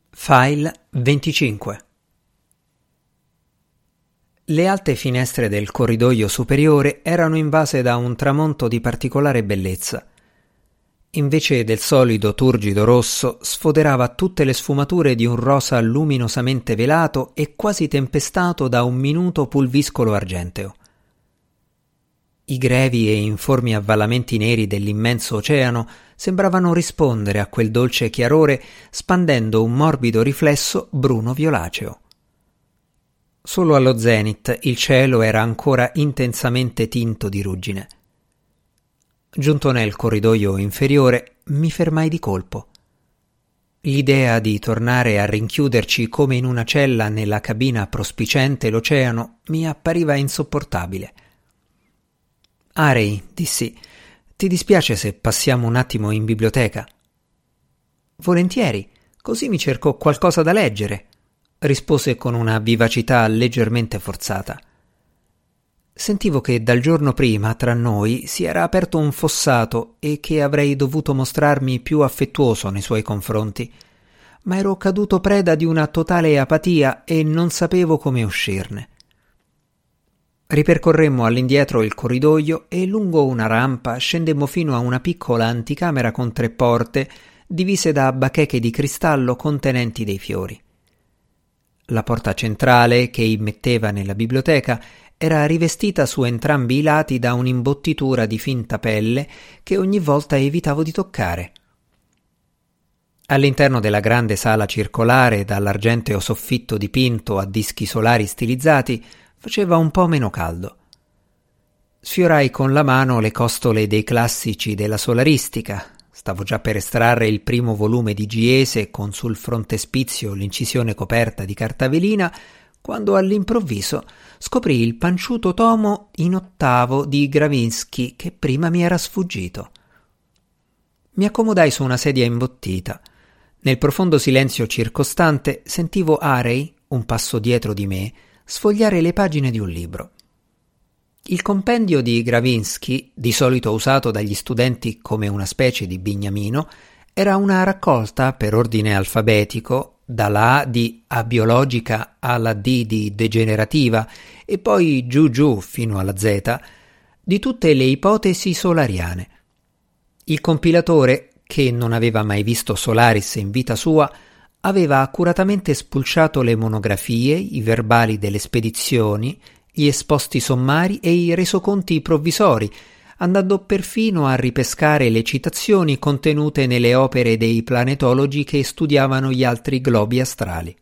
File 25. Le alte finestre del corridoio superiore erano invase da un tramonto di particolare bellezza. Invece del solido turgido rosso, sfoderava tutte le sfumature di un rosa luminosamente velato e quasi tempestato da un minuto pulviscolo argenteo. I grevi e informi avvallamenti neri dell'immenso oceano sembravano rispondere a quel dolce chiarore spandendo un morbido riflesso bruno-violaceo. Solo allo zenit il cielo era ancora intensamente tinto di ruggine. Giunto nel corridoio inferiore, mi fermai di colpo. L'idea di tornare a rinchiuderci come in una cella nella cabina prospiciente l'oceano mi appariva insopportabile. «Arei», dissi, «ti dispiace se passiamo un attimo in biblioteca?» «Volentieri, così mi cerco qualcosa da leggere», rispose con una vivacità leggermente forzata. Sentivo che dal giorno prima tra noi si era aperto un fossato e che avrei dovuto mostrarmi più affettuoso nei suoi confronti, ma ero caduto preda di una totale apatia e non sapevo come uscirne. Ripercorremmo all'indietro il corridoio e lungo una rampa scendemmo fino a una piccola anticamera con 3 porte divise da bacheche di cristallo contenenti dei fiori. La porta centrale, che immetteva nella biblioteca, era rivestita su entrambi i lati da un'imbottitura di finta pelle che ogni volta evitavo di toccare. All'interno della grande sala circolare dall'argenteo soffitto dipinto a dischi solari stilizzati faceva un po' meno caldo. Sfiorai con la mano le costole dei classici della solaristica. Stavo già per estrarre il primo volume di Giese con sul frontespizio l'incisione coperta di carta velina, quando all'improvviso scoprì il panciuto tomo in 8avo di Gravinsky che prima mi era sfuggito. Mi accomodai su una sedia imbottita. Nel profondo silenzio circostante sentivo Arei, un passo dietro di me, sfogliare le pagine di un libro. Il compendio di Gravinsky, di solito usato dagli studenti come una specie di bignamino, era una raccolta per ordine alfabetico, dalla A di abiologica alla D di degenerativa e poi giù fino alla Z, di tutte le ipotesi solariane. Il compilatore, che non aveva mai visto Solaris in vita sua, aveva accuratamente spulciato le monografie, i verbali delle spedizioni, gli esposti sommari e i resoconti provvisori, andando perfino a ripescare le citazioni contenute nelle opere dei planetologi che studiavano gli altri globi astrali.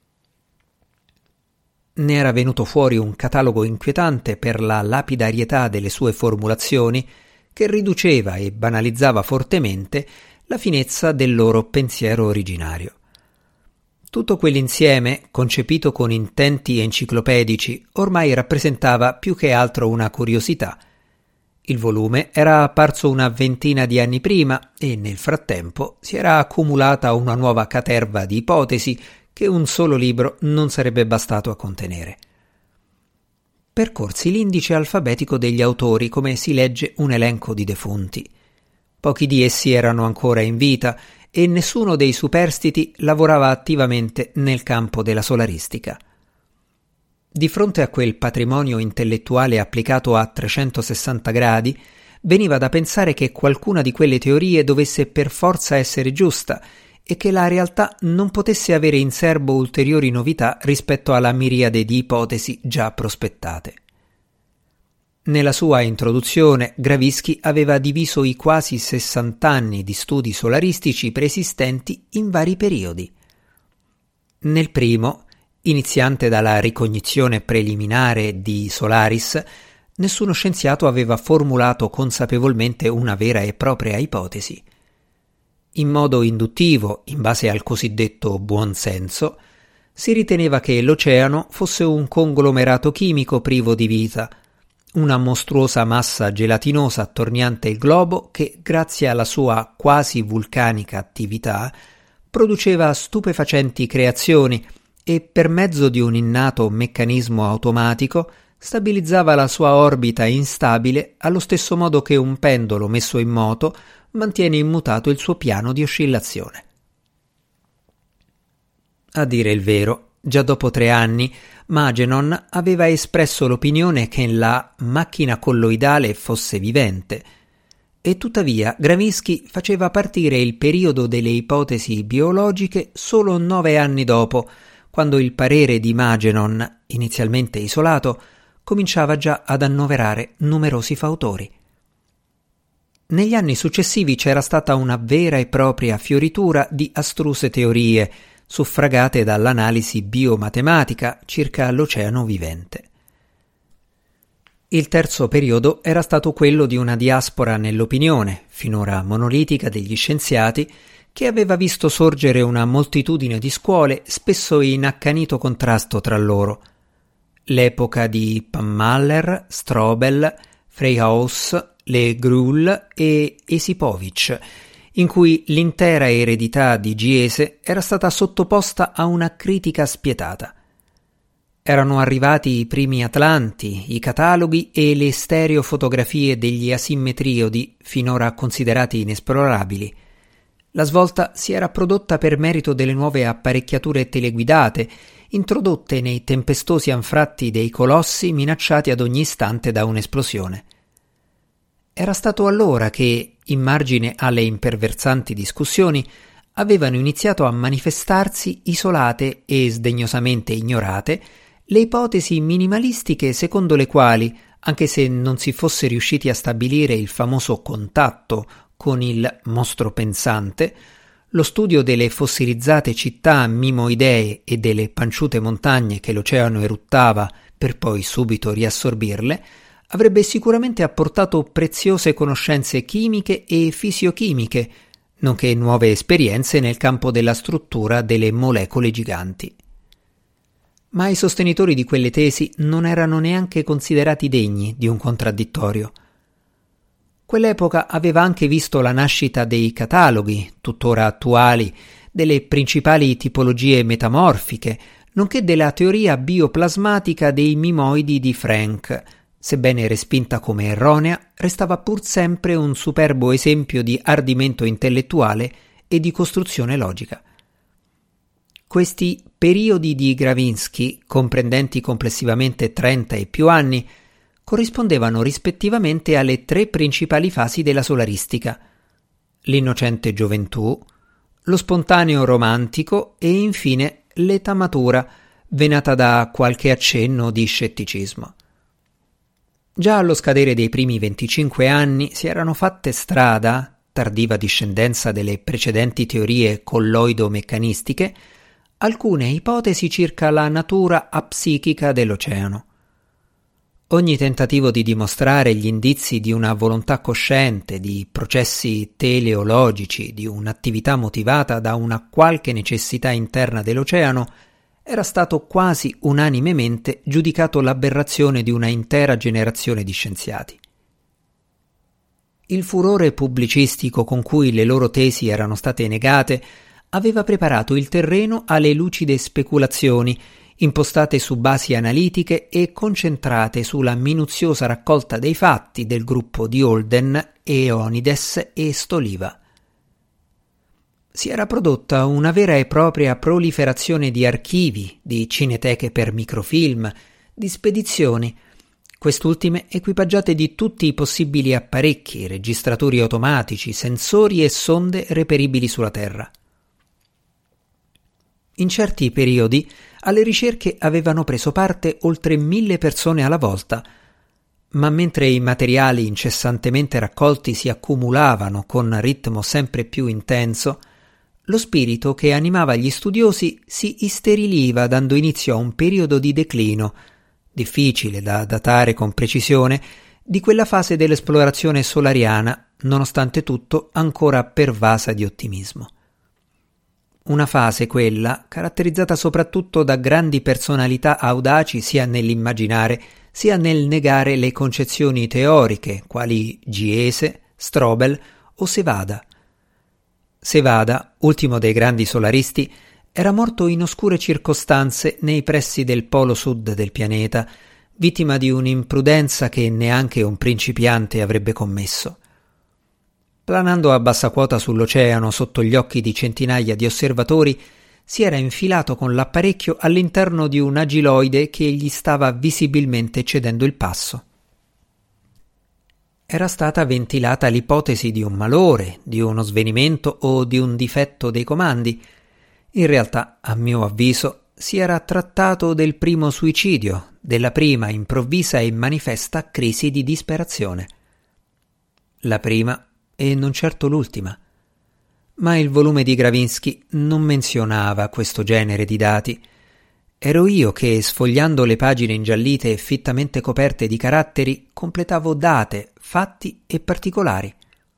Ne era venuto fuori un catalogo inquietante per la lapidarietà delle sue formulazioni, che riduceva e banalizzava fortemente la finezza del loro pensiero originario. Tutto quell'insieme, concepito con intenti enciclopedici, ormai rappresentava più che altro una curiosità. Il volume era apparso una ventina di anni prima e nel frattempo si era accumulata una nuova caterva di ipotesi che un solo libro non sarebbe bastato a contenere. Percorsi l'indice alfabetico degli autori come si legge un elenco di defunti. Pochi di essi erano ancora in vita e nessuno dei superstiti lavorava attivamente nel campo della solaristica. Di fronte a quel patrimonio intellettuale applicato a 360 gradi, veniva da pensare che qualcuna di quelle teorie dovesse per forza essere giusta e che la realtà non potesse avere in serbo ulteriori novità rispetto alla miriade di ipotesi già prospettate. Nella sua introduzione, Gravinsky aveva diviso i quasi 60 anni di studi solaristici preesistenti in vari periodi. Nel primo, iniziante dalla ricognizione preliminare di Solaris, nessuno scienziato aveva formulato consapevolmente una vera e propria ipotesi. In modo induttivo, in base al cosiddetto buon senso, si riteneva che l'oceano fosse un conglomerato chimico privo di vita, una mostruosa massa gelatinosa attorniante il globo che, grazie alla sua quasi vulcanica attività, produceva stupefacenti creazioni e, per mezzo di un innato meccanismo automatico, stabilizzava la sua orbita instabile allo stesso modo che un pendolo messo in moto mantiene immutato il suo piano di oscillazione. A dire il vero, già dopo 3 anni, Magenon aveva espresso l'opinione che la macchina colloidale fosse vivente, e tuttavia Gravinsky faceva partire il periodo delle ipotesi biologiche solo 9 anni dopo, quando il parere di Magenon, inizialmente isolato, cominciava già ad annoverare numerosi fautori. Negli anni successivi c'era stata una vera e propria fioritura di astruse teorie, suffragate dall'analisi biomatematica circa l'oceano vivente. Il terzo periodo era stato quello di una diaspora nell'opinione, finora monolitica, degli scienziati, che aveva visto sorgere una moltitudine di scuole, spesso in accanito contrasto tra loro. L'epoca di Pammaller, Strobel, Freyhaus, Le Gruul e Esipovich, in cui l'intera eredità di Giese era stata sottoposta a una critica spietata. Erano arrivati i primi atlanti, i cataloghi e le stereofotografie degli asimmetriodi, finora considerati inesplorabili. La svolta si era prodotta per merito delle nuove apparecchiature teleguidate, introdotte nei tempestosi anfratti dei colossi minacciati ad ogni istante da un'esplosione. Era stato allora che, in margine alle imperversanti discussioni, avevano iniziato a manifestarsi, isolate e sdegnosamente ignorate, le ipotesi minimalistiche secondo le quali, anche se non si fosse riusciti a stabilire il famoso contatto con il mostro pensante, lo studio delle fossilizzate città mimoidee e delle panciute montagne che l'oceano eruttava per poi subito riassorbirle, avrebbe sicuramente apportato preziose conoscenze chimiche e fisiochimiche, nonché nuove esperienze nel campo della struttura delle molecole giganti. Ma i sostenitori di quelle tesi non erano neanche considerati degni di un contraddittorio. Quell'epoca aveva anche visto la nascita dei cataloghi, tuttora attuali, delle principali tipologie metamorfiche, nonché della teoria bioplasmatica dei mimoidi di Frank. Sebbene respinta come erronea, restava pur sempre un superbo esempio di ardimento intellettuale e di costruzione logica. Questi periodi di Gravinsky, comprendenti complessivamente 30 e più anni, corrispondevano rispettivamente alle 3 principali fasi della solaristica: l'innocente gioventù, lo spontaneo romantico e infine l'età matura, venata da qualche accenno di scetticismo. Già allo scadere dei primi 25 anni si erano fatte strada, tardiva discendenza delle precedenti teorie colloido-meccanistiche, alcune ipotesi circa la natura apsichica dell'oceano. Ogni tentativo di dimostrare gli indizi di una volontà cosciente, di processi teleologici, di un'attività motivata da una qualche necessità interna dell'oceano, era stato quasi unanimemente giudicato l'aberrazione di una intera generazione di scienziati. Il furore pubblicistico con cui le loro tesi erano state negate aveva preparato il terreno alle lucide speculazioni, impostate su basi analitiche e concentrate sulla minuziosa raccolta dei fatti del gruppo di Holden, Eonides e Stoliva. Si era prodotta una vera e propria proliferazione di archivi, di cineteche per microfilm, di spedizioni, quest'ultime equipaggiate di tutti i possibili apparecchi, registratori automatici, sensori e sonde reperibili sulla Terra. In certi periodi alle ricerche avevano preso parte oltre 1000 persone alla volta, ma mentre i materiali incessantemente raccolti si accumulavano con ritmo sempre più intenso, lo spirito che animava gli studiosi si isteriliva, dando inizio a un periodo di declino, difficile da datare con precisione, di quella fase dell'esplorazione solariana, nonostante tutto ancora pervasa di ottimismo. Una fase, quella, caratterizzata soprattutto da grandi personalità audaci sia nell'immaginare sia nel negare le concezioni teoriche, quali Giese, Strobel o Sevada. Sevada, ultimo dei grandi solaristi, era morto in oscure circostanze nei pressi del polo sud del pianeta, vittima di un'imprudenza che neanche un principiante avrebbe commesso. Planando a bassa quota sull'oceano sotto gli occhi di centinaia di osservatori, si era infilato con l'apparecchio all'interno di un agiloide che gli stava visibilmente cedendo il passo. Era stata ventilata l'ipotesi di un malore, di uno svenimento o di un difetto dei comandi. In realtà, a mio avviso, si era trattato del primo suicidio, della prima improvvisa e manifesta crisi di disperazione. La prima e non certo l'ultima. Ma il volume di Gravinsky non menzionava questo genere di dati. Ero io che, sfogliando le pagine ingiallite e fittamente coperte di caratteri, completavo date, fatti e particolari.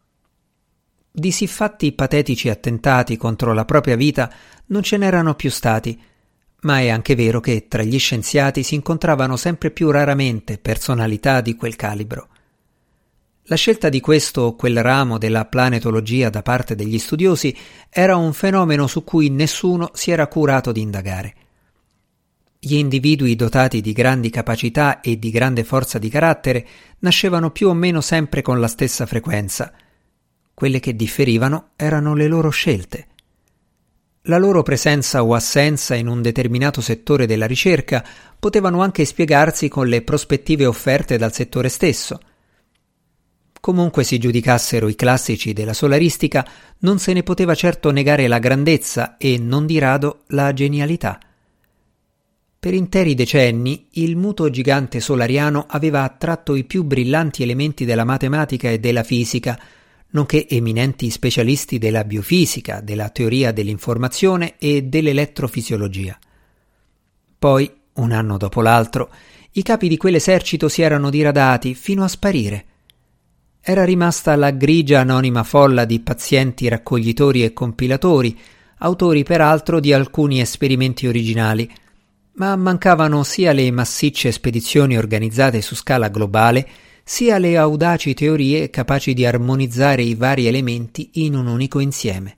Di siffatti patetici attentati contro la propria vita non ce n'erano più stati, ma è anche vero che tra gli scienziati si incontravano sempre più raramente personalità di quel calibro. La scelta di questo o quel ramo della planetologia da parte degli studiosi era un fenomeno su cui nessuno si era curato di indagare. Gli individui dotati di grandi capacità e di grande forza di carattere nascevano più o meno sempre con la stessa frequenza. Quelle che differivano erano le loro scelte. La loro presenza o assenza in un determinato settore della ricerca potevano anche spiegarsi con le prospettive offerte dal settore stesso. Comunque si giudicassero i classici della solaristica, non se ne poteva certo negare la grandezza e, non di rado, la genialità. Per interi decenni il muto gigante solariano aveva attratto i più brillanti elementi della matematica e della fisica, nonché eminenti specialisti della biofisica, della teoria dell'informazione e dell'elettrofisiologia. Poi, un anno dopo l'altro, i capi di quell'esercito si erano diradati fino a sparire. Era rimasta la grigia anonima folla di pazienti raccoglitori e compilatori, autori peraltro di alcuni esperimenti originali, ma mancavano sia le massicce spedizioni organizzate su scala globale, sia le audaci teorie capaci di armonizzare i vari elementi in un unico insieme.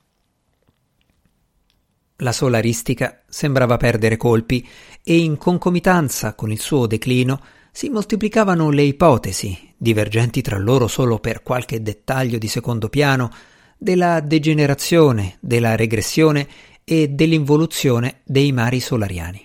La solaristica sembrava perdere colpi e in concomitanza con il suo declino si moltiplicavano le ipotesi, divergenti tra loro solo per qualche dettaglio di secondo piano, della degenerazione, della regressione e dell'involuzione dei mari solariani.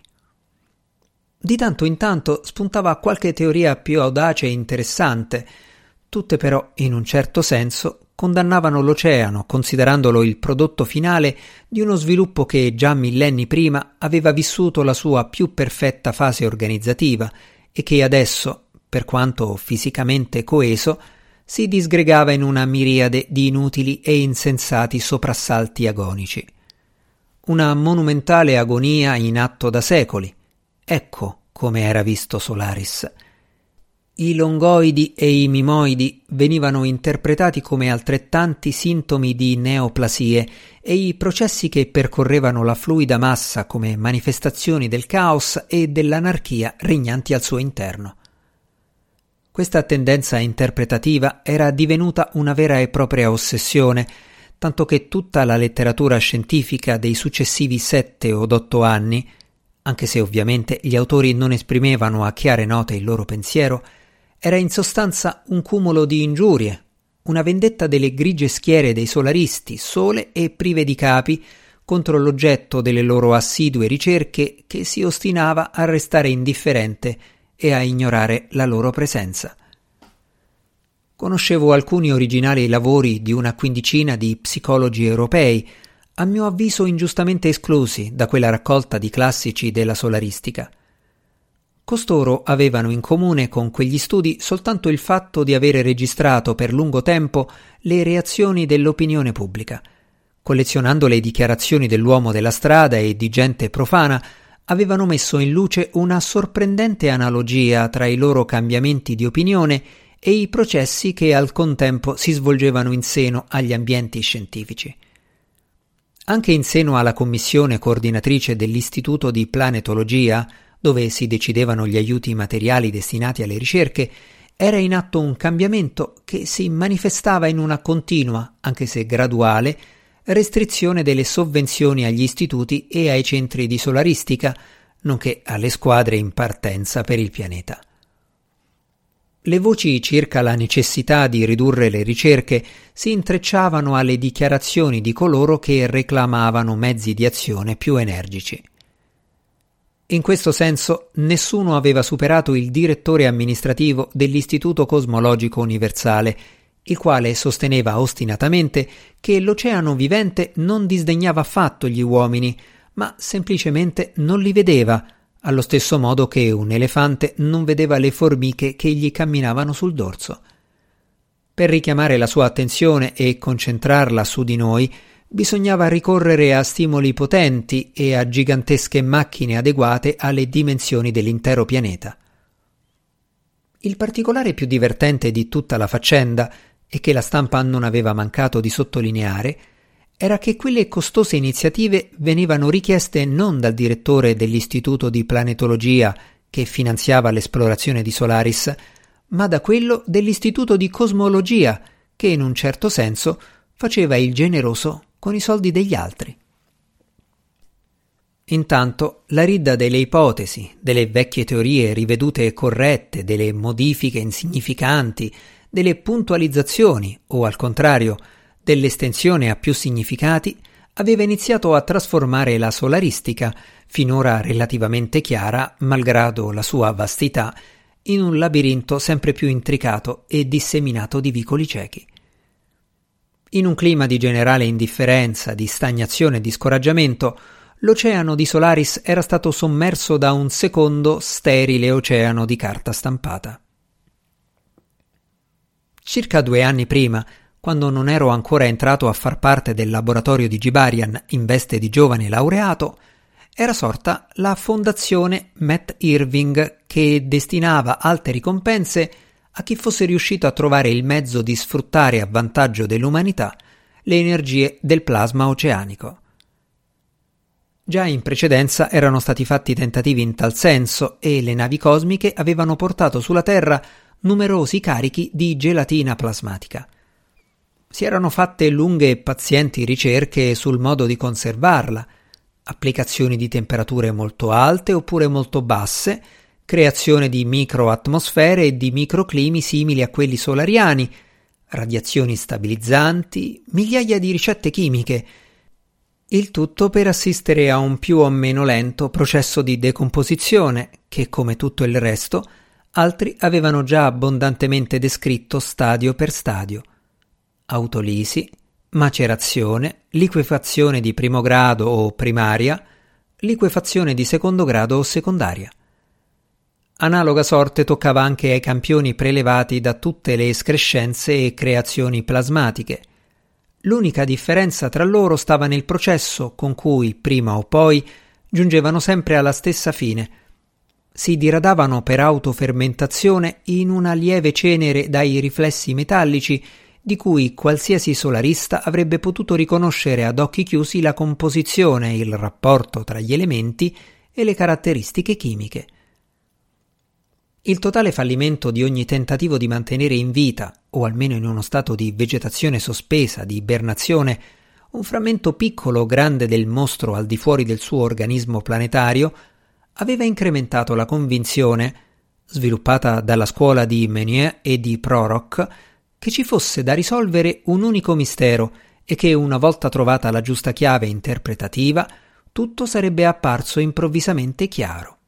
Di tanto in tanto spuntava qualche teoria più audace e interessante, tutte però, in un certo senso, condannavano l'oceano, considerandolo il prodotto finale di uno sviluppo che già millenni prima aveva vissuto la sua più perfetta fase organizzativa e che adesso, per quanto fisicamente coeso, si disgregava in una miriade di inutili e insensati soprassalti agonici. Una monumentale agonia in atto da secoli. Ecco come era visto Solaris. I longoidi e i mimoidi venivano interpretati come altrettanti sintomi di neoplasie e i processi che percorrevano la fluida massa come manifestazioni del caos e dell'anarchia regnanti al suo interno. Questa tendenza interpretativa era divenuta una vera e propria ossessione, tanto che tutta la letteratura scientifica dei successivi 7 o 8 anni, anche se ovviamente gli autori non esprimevano a chiare note il loro pensiero, era in sostanza un cumulo di ingiurie, una vendetta delle grigie schiere dei solaristi, sole e prive di capi, contro l'oggetto delle loro assidue ricerche che si ostinava a restare indifferente e a ignorare la loro presenza. Conoscevo alcuni originali lavori di una quindicina di psicologi europei, a mio avviso ingiustamente esclusi da quella raccolta di classici della solaristica. Costoro avevano in comune con quegli studi soltanto il fatto di avere registrato per lungo tempo le reazioni dell'opinione pubblica. Collezionando le dichiarazioni dell'uomo della strada e di gente profana, avevano messo in luce una sorprendente analogia tra i loro cambiamenti di opinione e i processi che al contempo si svolgevano in seno agli ambienti scientifici. Anche in seno alla commissione coordinatrice dell'Istituto di Planetologia, dove si decidevano gli aiuti materiali destinati alle ricerche, era in atto un cambiamento che si manifestava in una continua, anche se graduale, restrizione delle sovvenzioni agli istituti e ai centri di solaristica, nonché alle squadre in partenza per il pianeta. Le voci circa la necessità di ridurre le ricerche si intrecciavano alle dichiarazioni di coloro che reclamavano mezzi di azione più energici. In questo senso, nessuno aveva superato il direttore amministrativo dell'Istituto Cosmologico Universale, il quale sosteneva ostinatamente che l'oceano vivente non disdegnava affatto gli uomini, ma semplicemente non li vedeva, allo stesso modo che un elefante non vedeva le formiche che gli camminavano sul dorso. Per richiamare la sua attenzione e concentrarla su di noi, bisognava ricorrere a stimoli potenti e a gigantesche macchine adeguate alle dimensioni dell'intero pianeta. Il particolare più divertente di tutta la faccenda, e che la stampa non aveva mancato di sottolineare, era che quelle costose iniziative venivano richieste non dal direttore dell'Istituto di Planetologia che finanziava l'esplorazione di Solaris, ma da quello dell'Istituto di Cosmologia che in un certo senso faceva il generoso con i soldi degli altri. Intanto la ridda delle ipotesi, delle vecchie teorie rivedute e corrette, delle modifiche insignificanti, delle puntualizzazioni o, al contrario, dell'estensione a più significati, aveva iniziato a trasformare la solaristica, finora relativamente chiara, malgrado la sua vastità, in un labirinto sempre più intricato e disseminato di vicoli ciechi. In un clima di generale indifferenza, di stagnazione e di scoraggiamento, l'oceano di Solaris era stato sommerso da un secondo sterile oceano di carta stampata. Circa 2 anni prima, quando non ero ancora entrato a far parte del laboratorio di Gibarian in veste di giovane laureato, era sorta la fondazione Matt Irving che destinava alte ricompense a chi fosse riuscito a trovare il mezzo di sfruttare a vantaggio dell'umanità le energie del plasma oceanico. Già in precedenza erano stati fatti tentativi in tal senso e le navi cosmiche avevano portato sulla Terra numerosi carichi di gelatina plasmatica. Si erano fatte lunghe e pazienti ricerche sul modo di conservarla, applicazioni di temperature molto alte oppure molto basse, creazione di microatmosfere e di microclimi simili a quelli solariani, radiazioni stabilizzanti, migliaia di ricette chimiche, il tutto per assistere a un più o meno lento processo di decomposizione che, come tutto il resto, altri avevano già abbondantemente descritto stadio per stadio. Autolisi, macerazione, liquefazione di primo grado o primaria, liquefazione di secondo grado o secondaria. Analoga sorte toccava anche ai campioni prelevati da tutte le escrescenze e creazioni plasmatiche. L'unica differenza tra loro stava nel processo con cui, prima o poi, giungevano sempre alla stessa fine. Si diradavano per autofermentazione in una lieve cenere dai riflessi metallici di cui qualsiasi solarista avrebbe potuto riconoscere ad occhi chiusi la composizione, il rapporto tra gli elementi e le caratteristiche chimiche. Il totale fallimento di ogni tentativo di mantenere in vita, o almeno in uno stato di vegetazione sospesa, di ibernazione, un frammento piccolo o grande del mostro al di fuori del suo organismo planetario, aveva incrementato la convinzione, sviluppata dalla scuola di Meunier e di Prorock, che ci fosse da risolvere un unico mistero e che, una volta trovata la giusta chiave interpretativa, tutto sarebbe apparso improvvisamente chiaro.